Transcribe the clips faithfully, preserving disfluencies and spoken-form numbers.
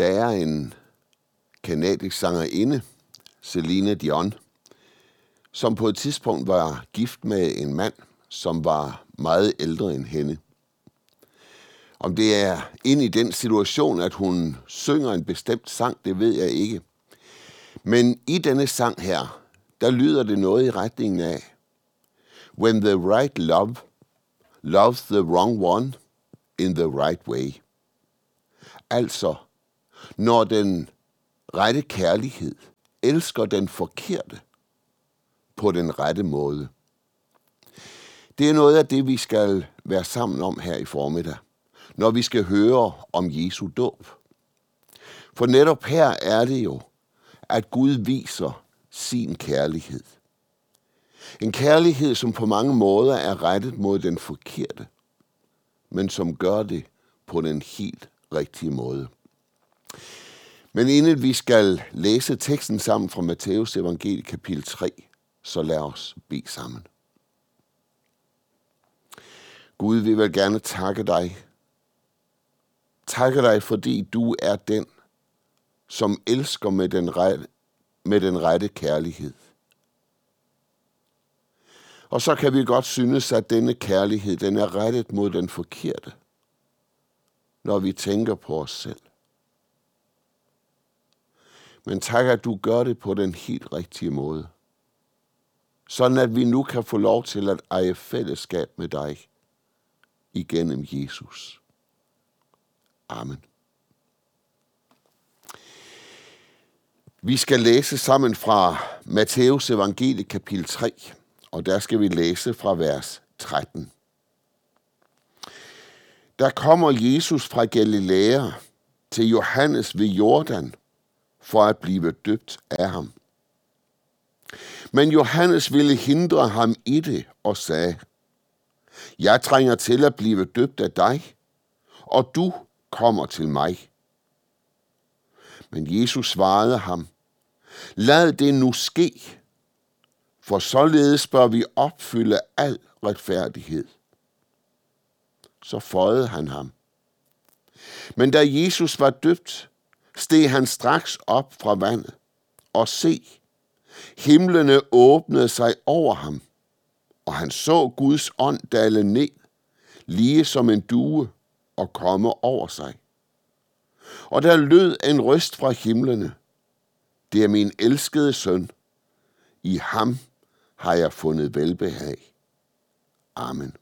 Der er en canadisk sangerinde, Celine Dion, som på et tidspunkt var gift med en mand, som var meget ældre end hende. Om det er ind i den situation, at hun synger en bestemt sang, det ved jeg ikke. Men i denne sang her, der lyder det noget i retningen af: When the right love loves the wrong one in the right way. Altså, når den rette kærlighed elsker den forkerte på den rette måde. Det er noget af det, vi skal være sammen om her i formiddag, når vi skal høre om Jesu dåb. For netop her er det jo, at Gud viser sin kærlighed. En kærlighed, som på mange måder er rettet mod den forkerte, men som gør det på den helt rigtige måde. Men inden vi skal læse teksten sammen fra Matteus evangeliet kapitel tre, så lad os bede sammen. Gud, vi vil gerne takke dig. Takke dig, fordi du er den, som elsker med den rette, med den rette kærlighed. Og så kan vi godt synes, at denne kærlighed, den er rettet mod den forkerte, når vi tænker på os selv. Men tak, at du gør det på den helt rigtige måde. Sådan at vi nu kan få lov til at eje fællesskab med dig igennem Jesus. Amen. Vi skal læse sammen fra Matteus evangeliet kapitel tre, og der skal vi læse fra vers tretten. Der kommer Jesus fra Galilea til Johannes ved Jordan for at blive døbt af ham. Men Johannes ville hindre ham i det og sagde: Jeg trænger til at blive døbt af dig, og du kommer til mig. Men Jesus svarede ham: Lad det nu ske, for således bør vi opfylde al retfærdighed. Så føjede han ham. Men da Jesus var døbt, steg han straks op fra vandet, og se, himlene åbnede sig over ham, og han så Guds ånd dale ned, lige som en due, og komme over sig. Og der lød en røst fra himlene: Det er min elskede søn, i ham har jeg fundet velbehag. Amen.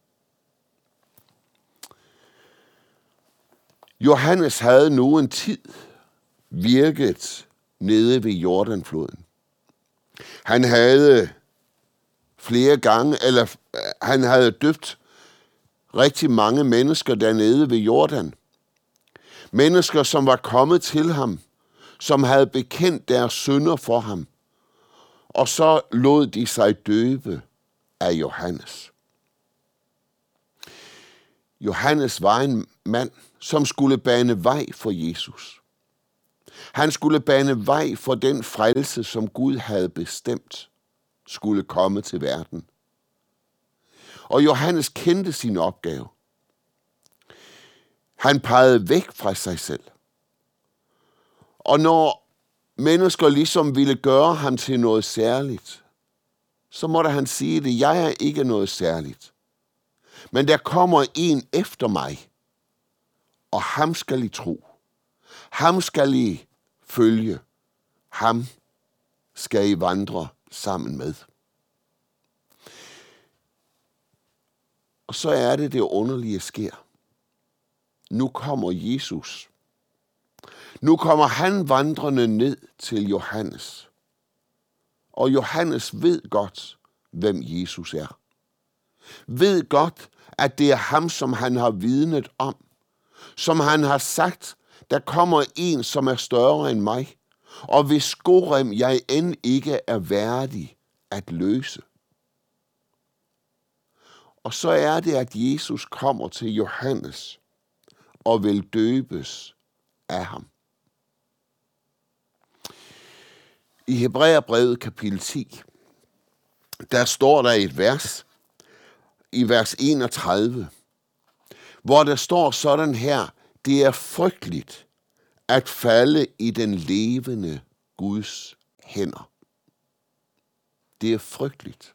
Johannes havde nu en tid virket nede ved Jordanfloden. Han havde flere gange, eller han havde døbt rigtig mange mennesker dernede ved Jordan. Mennesker, som var kommet til ham, som havde bekendt deres synder for ham, og så lod de sig døbe af Johannes. Johannes var en mand, som skulle bane vej for Jesus. Han skulle bane vej for den frelse, som Gud havde bestemt skulle komme til verden. Og Johannes kendte sin opgave. Han pegede væk fra sig selv. Og når mennesker ligesom ville gøre ham til noget særligt, så måtte han sige det: Jeg er ikke noget særligt. Men der kommer en efter mig, og ham skal I tro. Ham skal I følge. Ham skal I vandre sammen med. Og så er det, det underlige sker. Nu kommer Jesus. Nu kommer han vandrende ned til Johannes. Og Johannes ved godt, hvem Jesus er. Ved godt, at det er ham, som han har vidnet om. Som han har sagt, der kommer en, som er større end mig, og hvis skorem jeg end ikke er værdig at løse. Og så er det, at Jesus kommer til Johannes og vil døbes af ham. I Hebræerbrevet kapitel ti, der står der et vers, i vers enogtredive, hvor der står sådan her: Det er frygteligt at falde i den levende Guds hænder. Det er frygteligt.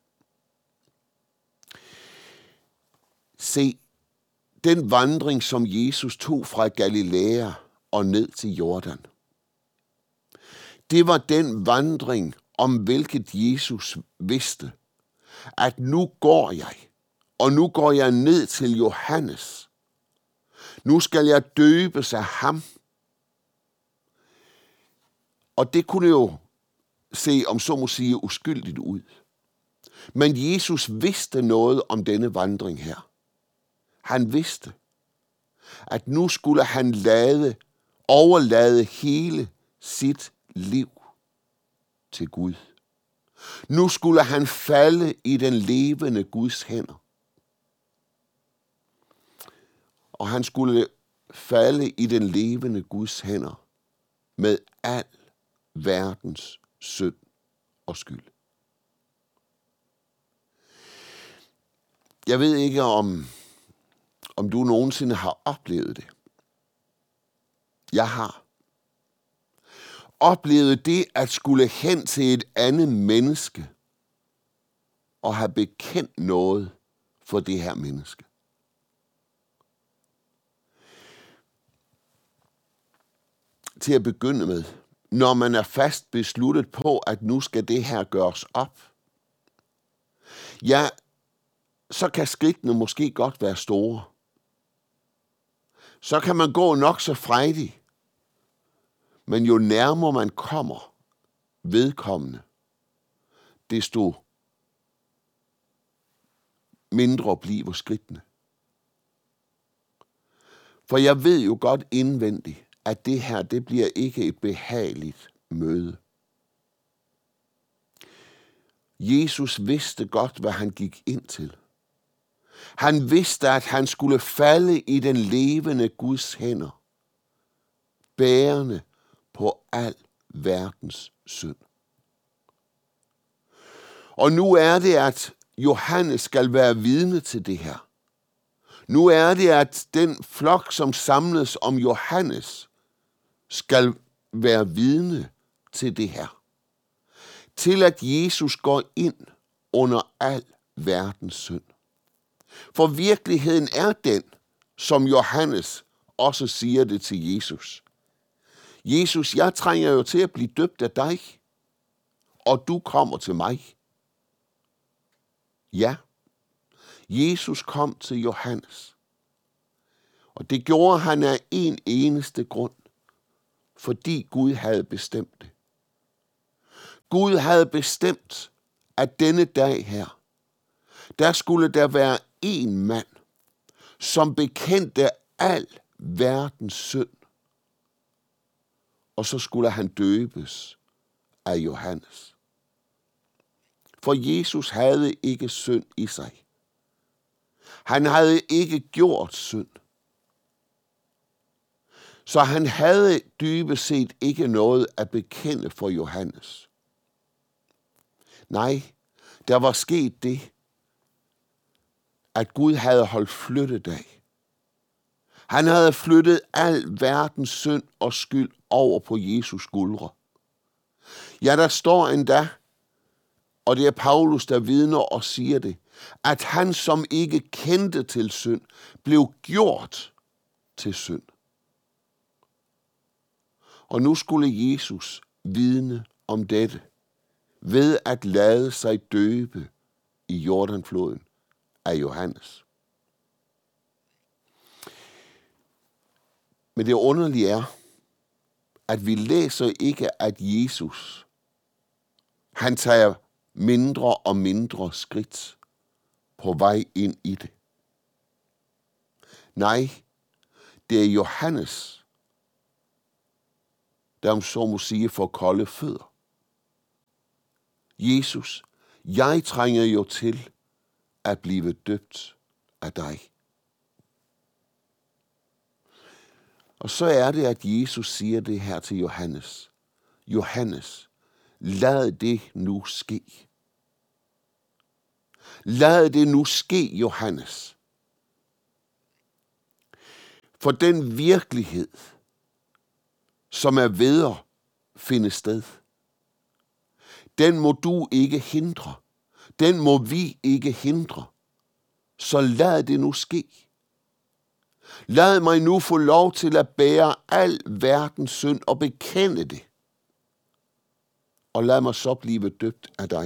Se, den vandring, som Jesus tog fra Galilea og ned til Jordan, det var den vandring, om hvilket Jesus vidste, at nu går jeg, og nu går jeg ned til Johannes. Nu skal jeg døbes af ham. Og det kunne jo se, om så må sige, uskyldigt ud. Men Jesus vidste noget om denne vandring her. Han vidste, at nu skulle han lade, overlade hele sit liv til Gud. Nu skulle han falde i den levende Guds hænder. Og han skulle falde i den levende Guds hænder med al verdens synd og skyld. Jeg ved ikke, om, om du nogensinde har oplevet det. Jeg har oplevet det at skulle hen til et andet menneske og have bekendt noget for det her menneske. Til at begynde med, når man er fast besluttet på, at nu skal det her gøres op, ja, så kan skridtene måske godt være store. Så kan man gå nok så frejdig, men jo nærmere man kommer vedkommende, desto mindre bliver skridtene. For jeg ved jo godt indvendigt, at det her, det bliver ikke et behageligt møde. Jesus vidste godt, hvad han gik ind til. Han vidste, at han skulle falde i den levende Guds hænder, bærende på al verdens synd. Og nu er det, at Johannes skal være vidne til det her. Nu er det, at den flok, som samles om Johannes, skal være vidne til det her. Til at Jesus går ind under al verdens synd. For virkeligheden er den, som Johannes også siger det til Jesus. Jesus, jeg trænger jo til at blive døbt af dig, og du kommer til mig. Ja, Jesus kom til Johannes, og det gjorde han af en eneste grund, fordi Gud havde bestemt det. Gud havde bestemt, at denne dag her, der skulle der være en mand, som bekendte al verdens synd, og så skulle han døbes af Johannes. For Jesus havde ikke synd i sig. Han havde ikke gjort synd. Så han havde dybest set ikke noget at bekende for Johannes. Nej, der var sket det, at Gud havde holdt flyttedag. Han havde flyttet al verdens synd og skyld over på Jesus skuldre. Ja, der står endda, og det er Paulus, der vidner og siger det, at han, som ikke kendte til synd, blev gjort til synd. Og nu skulle Jesus vidne om dette, ved at lade sig døbe i Jordanfloden af Johannes. Men det underlige er, at vi læser ikke, at Jesus, han tager mindre og mindre skridt på vej ind i det. Nej, det er Johannes, der om så må sige får kolde fødder. Jesus, jeg trænger jo til at blive døbt af dig. Og så er det, at Jesus siger det her til Johannes. Johannes, lad det nu ske. Lad det nu ske, Johannes. For den virkelighed, som er ved at finde sted. Den må du ikke hindre. Den må vi ikke hindre. Så lad det nu ske. Lad mig nu få lov til at bære al verdens synd og bekende det. Og lad mig så blive døbt af dig.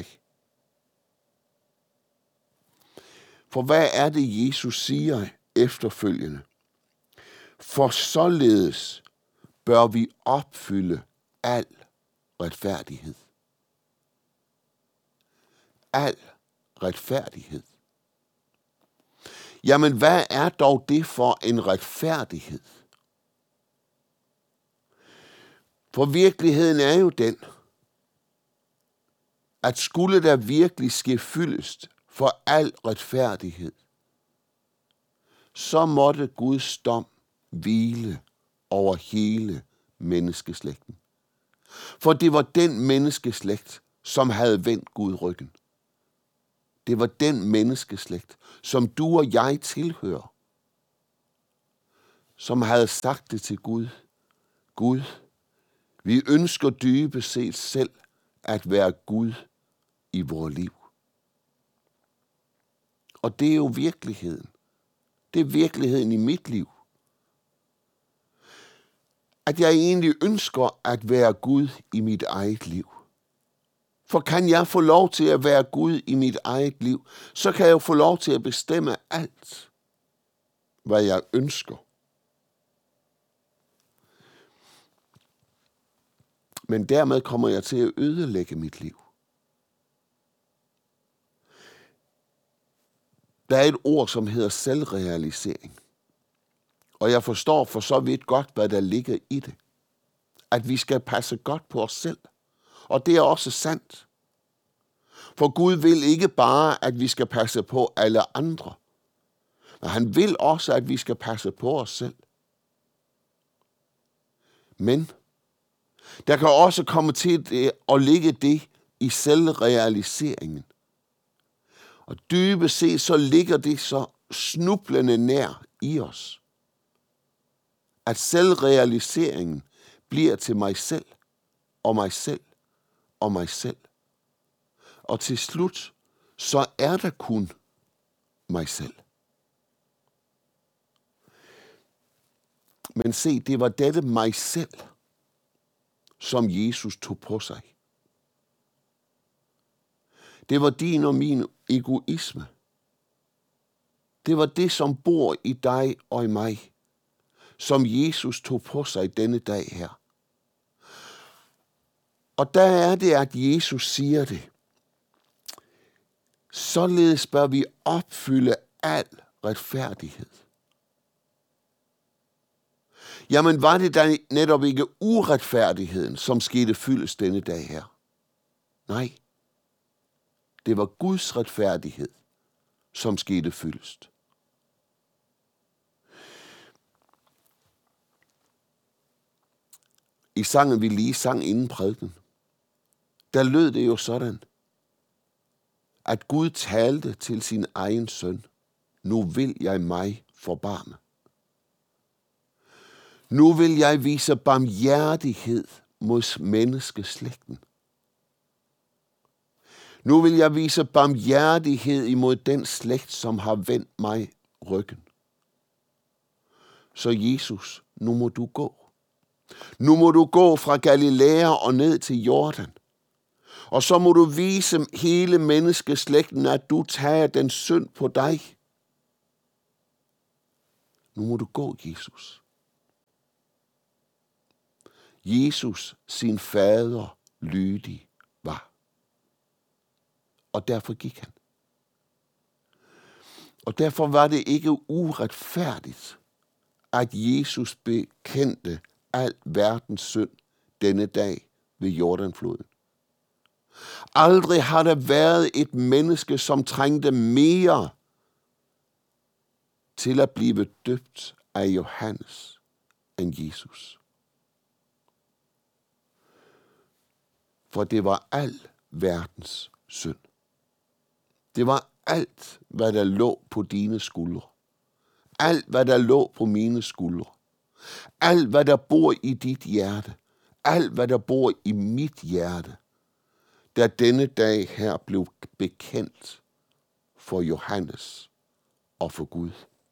For hvad er det, Jesus siger efterfølgende? For således bør vi opfylde al retfærdighed. Al retfærdighed. Jamen, hvad er dog det for en retfærdighed? For virkeligheden er jo den, at skulle der virkelig ske fyldest for al retfærdighed, så måtte Guds dom hvile over hele menneskeslægten. For det var den menneskeslægt, som havde vendt Gud ryggen. Det var den menneskeslægt, som du og jeg tilhører, som havde sagt det til Gud. Gud, vi ønsker dybest set selv at være Gud i vores liv. Og det er jo virkeligheden. Det er virkeligheden i mit liv. At jeg egentlig ønsker at være Gud i mit eget liv. For kan jeg få lov til at være Gud i mit eget liv, så kan jeg jo få lov til at bestemme alt, hvad jeg ønsker. Men dermed kommer jeg til at ødelægge mit liv. Der er et ord, som hedder selvrealisering. Og jeg forstår for så vidt godt, hvad der ligger i det. At vi skal passe godt på os selv. Og det er også sandt. For Gud vil ikke bare, at vi skal passe på alle andre. Men han vil også, at vi skal passe på os selv. Men der kan også komme til at ligge det i selvrealiseringen. Og dybest set så ligger det så snublende nær i os, at selvrealiseringen bliver til mig selv, og mig selv, og mig selv. Og til slut, så er der kun mig selv. Men se, det var dette mig selv, som Jesus tog på sig. Det var din og min egoisme. Det var det, som bor i dig og i mig, som Jesus tog på sig denne dag her. Og der er det, at Jesus siger det. Således bør vi opfylde al retfærdighed. Jamen var det da netop ikke uretfærdigheden, som skete fyldes denne dag her? Nej. Det var Guds retfærdighed, som skete fyldest. I sangen, vi lige sang inden prædiken, der lød det jo sådan, at Gud talte til sin egen søn, nu vil jeg mig forbarme. Nu vil jeg vise barmhjertighed mod menneskeslægten. Nu vil jeg vise barmhjertighed imod den slægt, som har vendt mig ryggen. Så Jesus, nu må du gå. Nu må du gå fra Galilea og ned til Jordan. Og så må du vise hele menneskeslægten, at du tager den synd på dig. Nu må du gå, Jesus. Jesus, sin fader, lydig var. Og derfor gik han. Og derfor var det ikke uretfærdigt, at Jesus bekendte al verdens synd denne dag ved Jordanfloden. Aldrig har der været et menneske, som trængte mere til at blive døbt af Johannes end Jesus. For det var al verdens synd. Det var alt, hvad der lå på dine skuldre. Alt, hvad der lå på mine skuldre. Alt, hvad der bor i dit hjerte, alt, hvad der bor i mit hjerte, da denne dag her blev bekendt for Johannes og for Gud.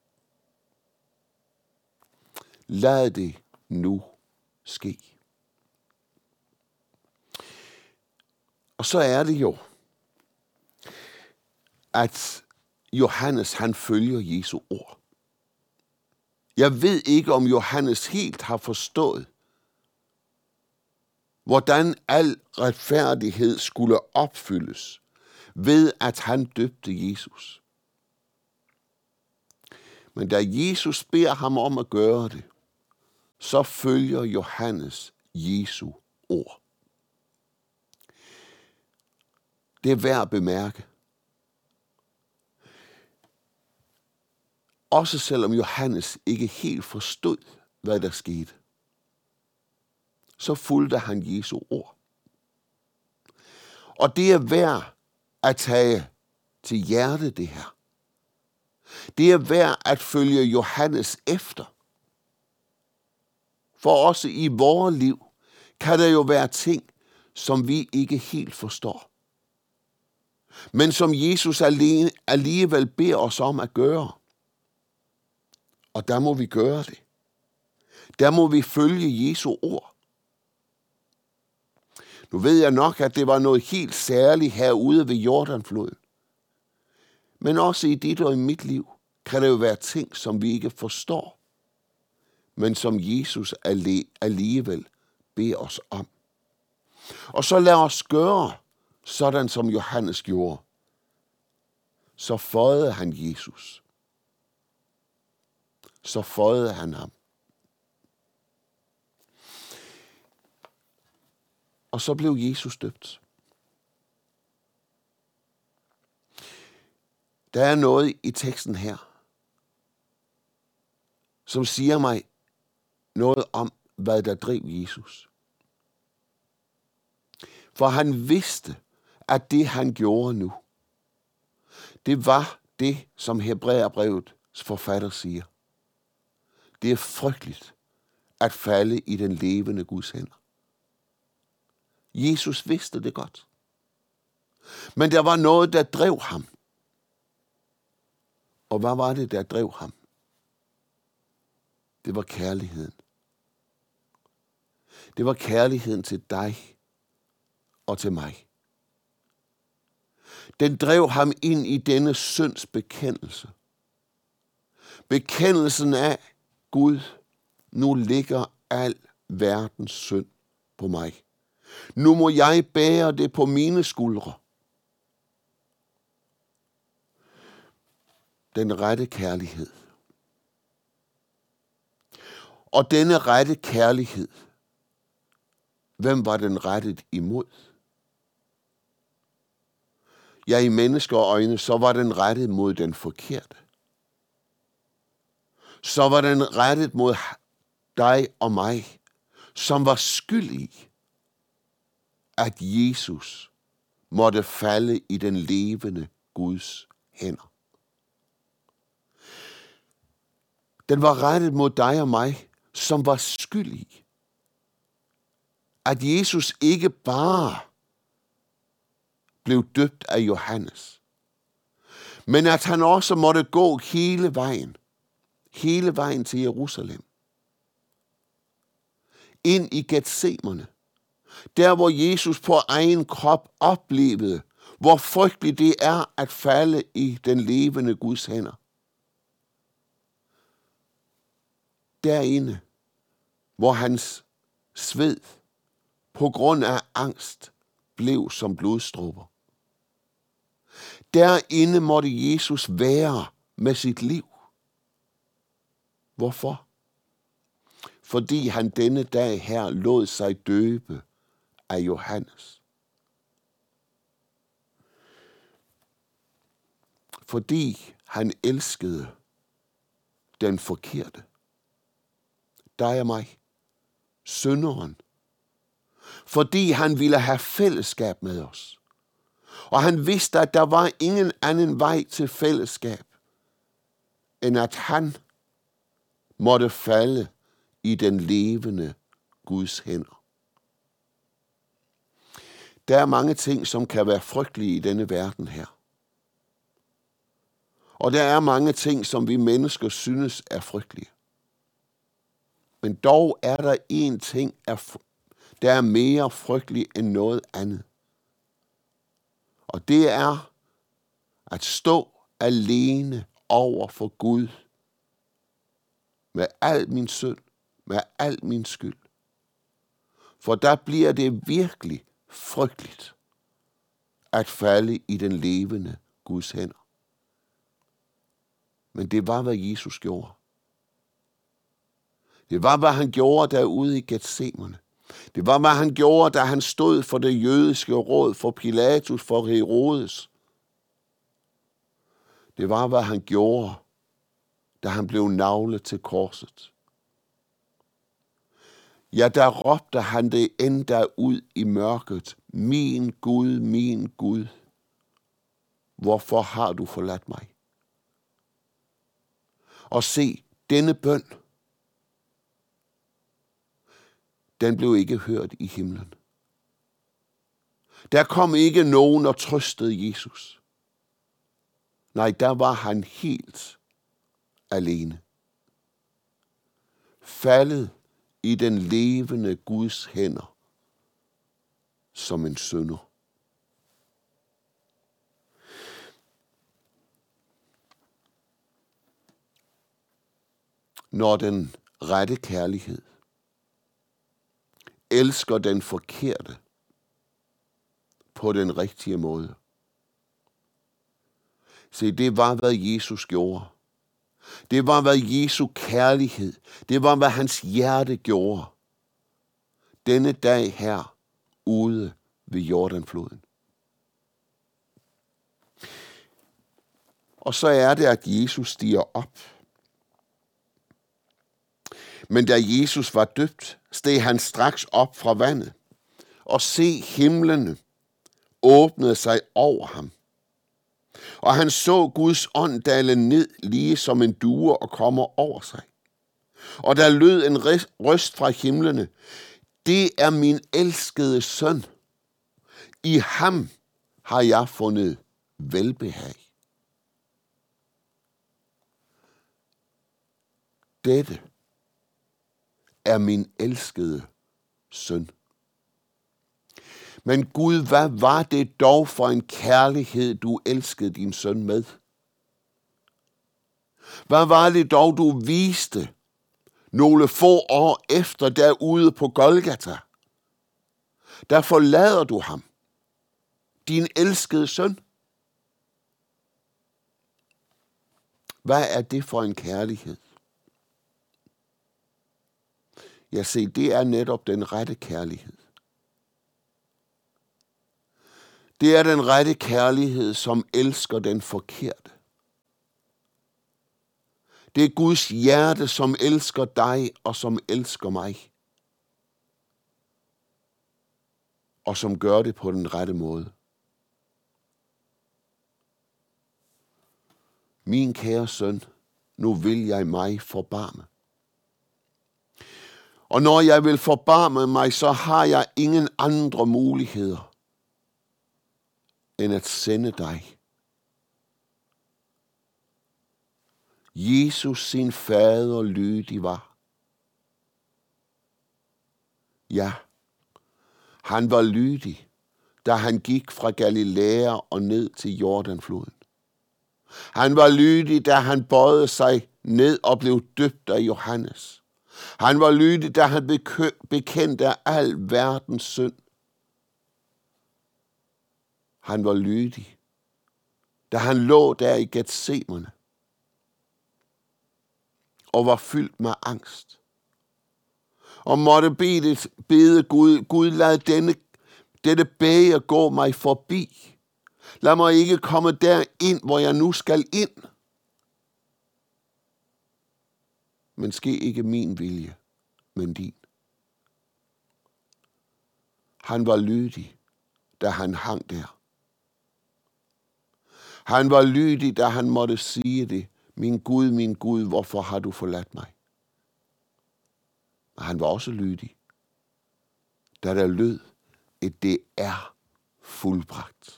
Lad det nu ske. Og så er det jo, at Johannes han følger Jesu ord. Jeg ved ikke, om Johannes helt har forstået, hvordan al retfærdighed skulle opfyldes ved, at han døbte Jesus. Men da Jesus beder ham om at gøre det, så følger Johannes Jesu ord. Det er værd at bemærke. Også selvom Johannes ikke helt forstod, hvad der skete, så fulgte han Jesu ord. Og det er værd at tage til hjerte det her. Det er værd at følge Johannes efter. For også i vores liv kan der jo være ting, som vi ikke helt forstår. Men som Jesus alene, alligevel beder os om at gøre. Og der må vi gøre det. Der må vi følge Jesu ord. Nu ved jeg nok, at det var noget helt særligt herude ved Jordanfloden. Men også i dit og i mit liv kan der jo være ting, som vi ikke forstår, men som Jesus alligevel beder os om. Og så lad os gøre sådan, som Johannes gjorde. Så føjede han Jesus. Så føjede han ham. Og så blev Jesus døbt. Der er noget i teksten her, som siger mig noget om, hvad der drev Jesus. For han vidste, at det han gjorde nu, det var det, som Hebræerbrevets forfatter siger. Det er frygteligt at falde i den levende Guds hænder. Jesus vidste det godt. Men der var noget, der drev ham. Og hvad var det, der drev ham? Det var kærligheden. Det var kærligheden til dig og til mig. Den drev ham ind i denne synds bekendelse. Bekendelsen af, Gud, nu ligger al verdens synd på mig. Nu må jeg bære det på mine skuldre. Den rette kærlighed. Og denne rette kærlighed, hvem var den rettet imod? Ja, i menneskeøjne, så var den rettet mod den forkerte. Så var den rettet mod dig og mig, som var skyld i, at Jesus måtte falde i den levende Guds hænder. Den var rettet mod dig og mig, som var skyld i, at Jesus ikke bare blev døbt af Johannes, men at han også måtte gå hele vejen, hele vejen til Jerusalem, ind i Getsemane, der hvor Jesus på egen krop oplevede, hvor frygteligt det er at falde i den levende Guds hænder. Derinde, hvor hans sved på grund af angst blev som blodstråber. Derinde måtte Jesus være med sit liv. Hvorfor? Fordi han denne dag her lod sig døbe af Johannes. Fordi han elskede den forkerte. Dig og mig. Synderen. Fordi han ville have fællesskab med os. Og han vidste, at der var ingen anden vej til fællesskab, end at han måtte falde i den levende Guds hænder. Der er mange ting, som kan være frygtelige i denne verden her. Og der er mange ting, som vi mennesker synes er frygtelige. Men dog er der én ting, der er mere frygtelig end noget andet. Og det er at stå alene over for Gud med al min synd, med al min skyld. For der bliver det virkelig frygteligt at falde i den levende Guds hænder. Men det var, hvad Jesus gjorde. Det var, hvad han gjorde derude i Getsemane. Det var, hvad han gjorde, da han stod for det jødiske råd, for Pilatus, for Herodes. Det var, hvad han gjorde, da han blev naglet til korset. Ja, der råbte han det endda ud i mørket. Min Gud, min Gud, hvorfor har du forladt mig? Og se, denne bøn, den blev ikke hørt i himlen. Der kom ikke nogen og trøstede Jesus. Nej, der var han helt alene. Faldet i den levende Guds hænder som en synder. Når den rette kærlighed elsker den forkerte på den rigtige måde. Se, det var, hvad Jesus gjorde. Det var, hvad Jesu kærlighed, det var, hvad hans hjerte gjorde. Denne dag her, ude ved Jordanfloden. Og så er det, at Jesus stiger op. Men da Jesus var døbt, steg han straks op fra vandet, og se himlene åbnede sig over ham. Og han så Guds ånd dale ned, lige som en due, og kommer over sig. Og der lød en røst fra himlene. Det er min elskede søn. I ham har jeg fundet velbehag. Dette er min elskede søn. Men Gud, hvad var det dog for en kærlighed, du elskede din søn med? Hvad var det dog, du viste nogle få år efter derude på Golgata? Der forlader du ham, din elskede søn. Hvad er det for en kærlighed? Ja, se, det er netop den rette kærlighed. Det er den rette kærlighed, som elsker den forkerte. Det er Guds hjerte, som elsker dig og som elsker mig. Og som gør det på den rette måde. Min kære søn, nu vil jeg mig forbarme. Og når jeg vil forbarme mig, så har jeg ingen andre muligheder end at sende dig. Jesus sin fader lydig var. Ja, han var lydig, da han gik fra Galilea og ned til Jordanfloden. Han var lydig, da han bøjede sig ned og blev døbt af Johannes. Han var lydig, da han bekendte af al verdens synd. Han var lydig, da han lå der i Getsemane og var fyldt med angst. Og måtte bede, bede Gud, Gud lad denne, dette bæger gå mig forbi. Lad mig ikke komme derind, hvor jeg nu skal ind. Men ske ikke min vilje, men din. Han var lydig, da han hang der. Han var lydig, da han måtte sige det. Min Gud, min Gud, hvorfor har du forladt mig? Men han var også lydig, da der lød et det er fuldbragt.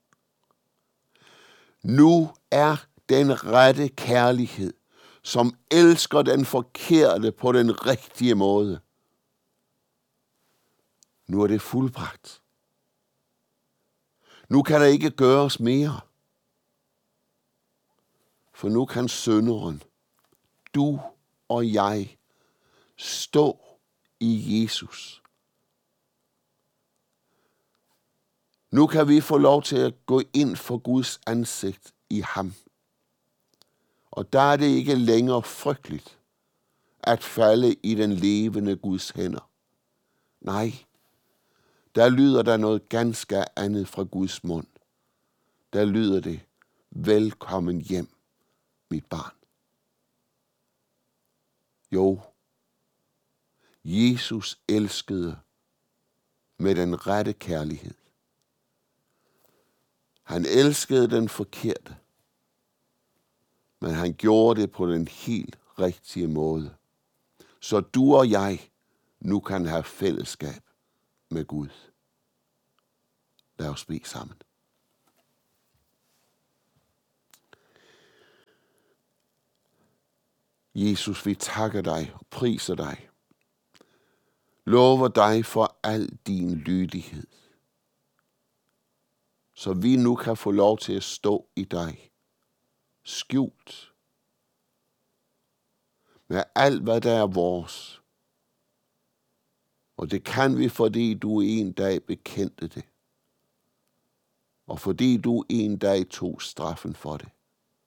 Nu er den rette kærlighed, som elsker den forkerte på den rigtige måde. Nu er det fuldbragt. Nu kan der ikke gøres mere. For nu kan synderen, du og jeg, stå i Jesus. Nu kan vi få lov til at gå ind for Guds ansigt i ham. Og der er det ikke længere frygteligt at falde i den levende Guds hænder. Nej, der lyder der noget ganske andet fra Guds mund. Der lyder det, velkommen hjem, mit barn. Jo, Jesus elskede med den rette kærlighed. Han elskede den forkerte, men han gjorde det på den helt rigtige måde. Så du og jeg nu kan have fællesskab med Gud. Lad os bede sammen. Jesus, vi takker dig og priser dig. Lover dig for al din lydighed. Så vi nu kan få lov til at stå i dig. Skjult. Med alt, hvad der er vores. Og det kan vi, fordi du en dag bekendte det. Og fordi du en dag tog straffen for det.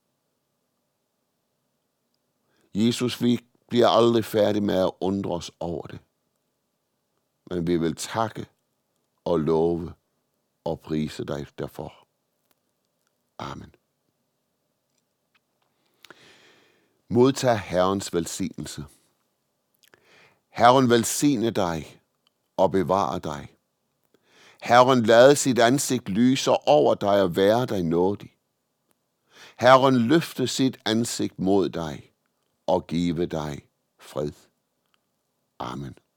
Jesus, vi bliver aldrig færdige med at undre os over det. Men vi vil takke og love og prise dig derfor. Amen. Modtag Herrens velsignelse. Herren velsigne dig og bevare dig. Herren lade sit ansigt lyse over dig og være dig nådig. Herren løfte sit ansigt mod dig og give dig fred. Amen.